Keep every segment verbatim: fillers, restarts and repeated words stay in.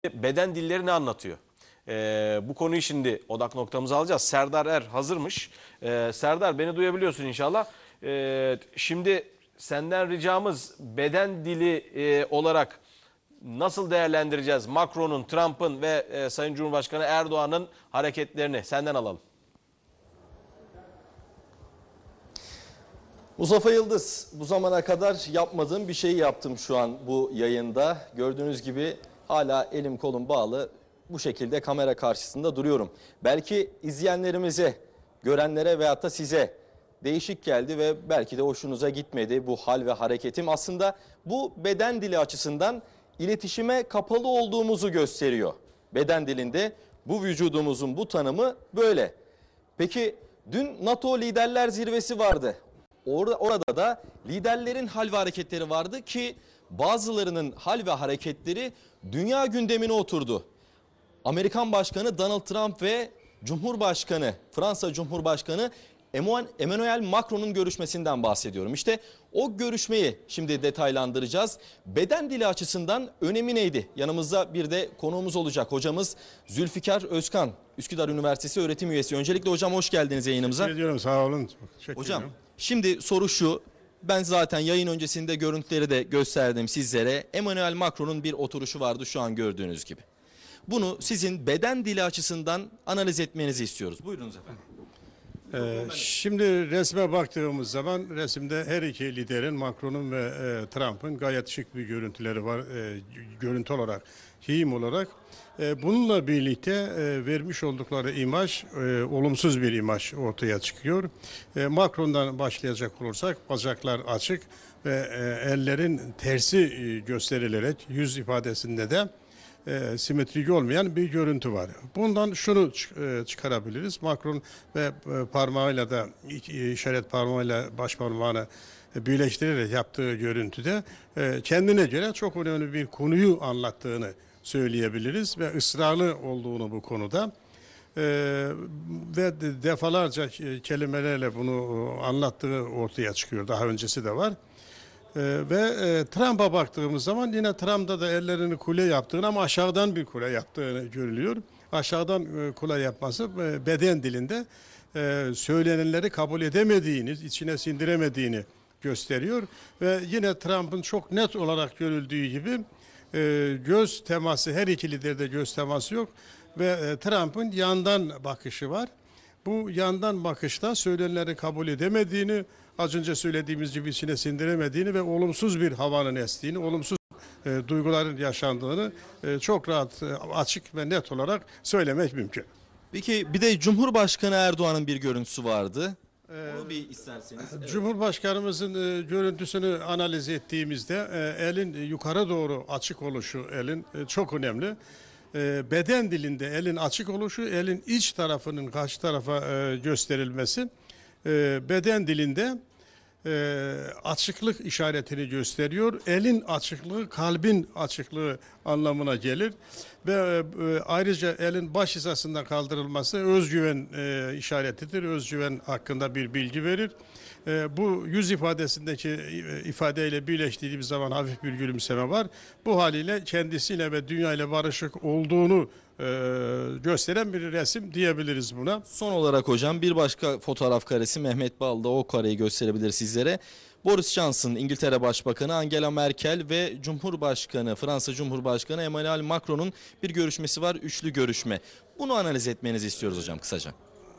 Beden dilleri ne anlatıyor? Ee, bu konuyu şimdi odak noktamıza alacağız. Serdar Er hazırmış. Ee, Serdar, beni duyabiliyorsun inşallah. Ee, şimdi senden ricamız beden dili e, olarak nasıl değerlendireceğiz Macron'un, Trump'ın ve e, Sayın Cumhurbaşkanı Erdoğan'ın hareketlerini senden alalım. Mustafa Yıldız, bu zamana kadar yapmadığım bir şeyi yaptım şu an bu yayında. Gördüğünüz gibi hala elim kolum bağlı, bu şekilde kamera karşısında duruyorum. Belki izleyenlerimize, görenlere veyahut da size değişik geldi ve belki de hoşunuza gitmedi bu hal ve hareketim. Aslında bu beden dili açısından iletişime kapalı olduğumuzu gösteriyor. Beden dilinde bu vücudumuzun bu tanımı böyle. Peki dün NATO Liderler Zirvesi vardı. Orada, orada da liderlerin hal ve hareketleri vardı ki bazılarının hal ve hareketleri dünya gündemine oturdu. Amerikan Başkanı Donald Trump ve Cumhurbaşkanı, Fransa Cumhurbaşkanı Emmanuel Macron'un görüşmesinden bahsediyorum. İşte o görüşmeyi şimdi detaylandıracağız. Beden dili açısından önemi neydi? Yanımızda bir de konuğumuz olacak. Hocamız Zülfikar Özkan, Üsküdar Üniversitesi öğretim üyesi. Öncelikle hocam hoş geldiniz yayınımıza. Teşekkür ediyorum, sağ olun. Hocam şimdi soru şu. Ben zaten yayın öncesinde görüntüleri de gösterdim sizlere. Emmanuel Macron'un bir oturuşu vardı şu an gördüğünüz gibi. Bunu sizin beden dili açısından analiz etmenizi istiyoruz. Buyurunuz efendim. Ee, şimdi resme baktığımız zaman resimde her iki liderin, Macron'un ve e, Trump'ın gayet şık bir görüntüleri var. E, görüntü olarak, giyim olarak. E, bununla birlikte e, vermiş oldukları imaj, e, olumsuz bir imaj ortaya çıkıyor. E, Macron'dan başlayacak olursak bacaklar açık ve e, ellerin tersi e, gösterilerek yüz ifadesinde de E, simetrik olmayan bir görüntü var. Bundan şunu e, çıkarabiliriz. Macron ve e, parmağıyla da işaret parmağıyla baş parmağını birleştirerek yaptığı görüntüde e, kendine göre çok önemli bir konuyu anlattığını söyleyebiliriz ve ısrarlı olduğunu bu konuda e, ve defalarca kelimelerle bunu anlattığı ortaya çıkıyor. Daha öncesi de var. Ee, ve e, Trump'a baktığımız zaman yine Trump'da da ellerini kule yaptığını ama aşağıdan bir kule yaptığını görülüyor. Aşağıdan e, kule yapması e, beden dilinde e, söylenenleri kabul edemediğini, içine sindiremediğini gösteriyor. Ve yine Trump'ın çok net olarak görüldüğü gibi e, göz teması, her iki liderde göz teması yok. Ve e, Trump'ın yandan bakışı var. Bu yandan bakışta söylenenleri kabul edemediğini, az önce söylediğimiz gibi içine sindiremediğini ve olumsuz bir havanın estiğini, olumsuz e, duyguların yaşandığını e, çok rahat, e, açık ve net olarak söylemek mümkün. Peki bir de Cumhurbaşkanı Erdoğan'ın bir görüntüsü vardı. Onu bir isterseniz. Evet. Cumhurbaşkanımızın e, görüntüsünü analiz ettiğimizde e, elin yukarı doğru açık oluşu elin e, çok önemli. E, beden dilinde elin açık oluşu, elin iç tarafının karşı tarafa e, gösterilmesi e, beden dilinde e, açıklık işaretini gösteriyor. Elin açıklığı kalbin açıklığı anlamına gelir ve e, ayrıca elin baş hizasında kaldırılması özgüven e, işaretidir. Özgüven hakkında bir bilgi verir. E, bu yüz ifadesindeki e, ifadeyle birleştiği zaman hafif bir gülümseme var. Bu haliyle kendisiyle ve dünyayla barışık olduğunu e, gösteren bir resim diyebiliriz buna. Son olarak hocam bir başka fotoğraf karesi Mehmet Bal da o kareyi gösterebilir sizlere. Boris Johnson, İngiltere Başbakanı, Angela Merkel ve Cumhurbaşkanı, Fransa Cumhurbaşkanı Emmanuel Macron'un bir görüşmesi var, üçlü görüşme. Bunu analiz etmenizi istiyoruz hocam kısaca.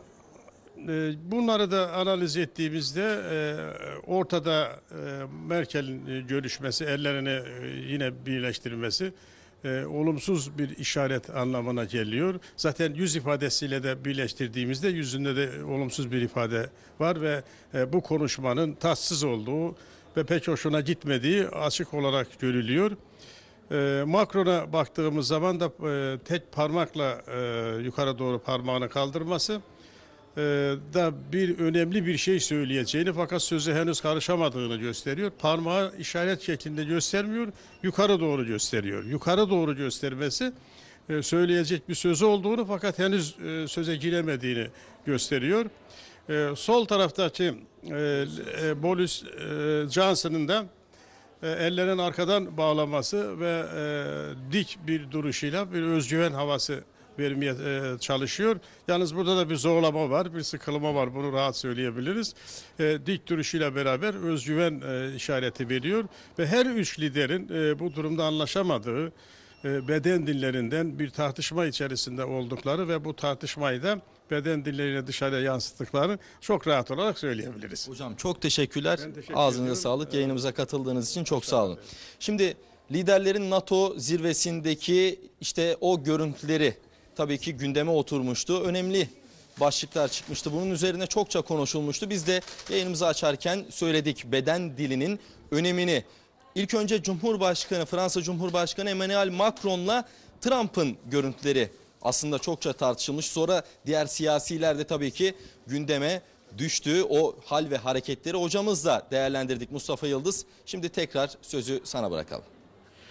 Bunları da analiz ettiğimizde ortada Merkel'in görüşmesi, ellerini yine birleştirmesi olumsuz bir işaret anlamına geliyor. Zaten yüz ifadesiyle de birleştirdiğimizde yüzünde de olumsuz bir ifade var ve bu konuşmanın tatsız olduğu ve pek hoşuna gitmediği açık olarak görülüyor. Macron'a baktığımız zaman da tek parmakla yukarı doğru parmağını kaldırması da bir önemli bir şey söyleyeceğini fakat söze henüz karışamadığını gösteriyor. Parmağı işaret şeklinde göstermiyor, yukarı doğru gösteriyor. Yukarı doğru göstermesi söyleyecek bir sözü olduğunu fakat henüz söze giremediğini gösteriyor. Sol taraftaki Boris Johnson'ın da e, ellerin arkadan bağlaması ve e, dik bir duruşuyla bir özgüven havası vermeye e, çalışıyor. Yalnız burada da bir zorlama var, bir sıkılma var. Bunu rahat söyleyebiliriz. E, dik duruşuyla beraber özgüven e, işareti veriyor ve her üç liderin e, bu durumda anlaşamadığı e, beden dillerinden bir tartışma içerisinde oldukları ve bu tartışmayı da beden dilleriyle dışarıya yansıttıklarını çok rahat olarak söyleyebiliriz. Hocam çok teşekkürler. Ben teşekkür Ağzınıza ediyorum. sağlık. Yayınımıza katıldığınız için çok sağ olun. Şimdi liderlerin NATO zirvesindeki işte o görüntüleri tabii ki gündeme oturmuştu. Önemli başlıklar çıkmıştı. Bunun üzerine çokça konuşulmuştu. Biz de yayınımızı açarken söyledik beden dilinin önemini. İlk önce Cumhurbaşkanı, Fransa Cumhurbaşkanı Emmanuel Macron'la Trump'ın görüntüleri aslında çokça tartışılmış. Sonra diğer siyasiler de tabii ki gündeme düştü. O hal ve hareketleri hocamızla değerlendirdik Mustafa Yıldız. Şimdi tekrar sözü sana bırakalım.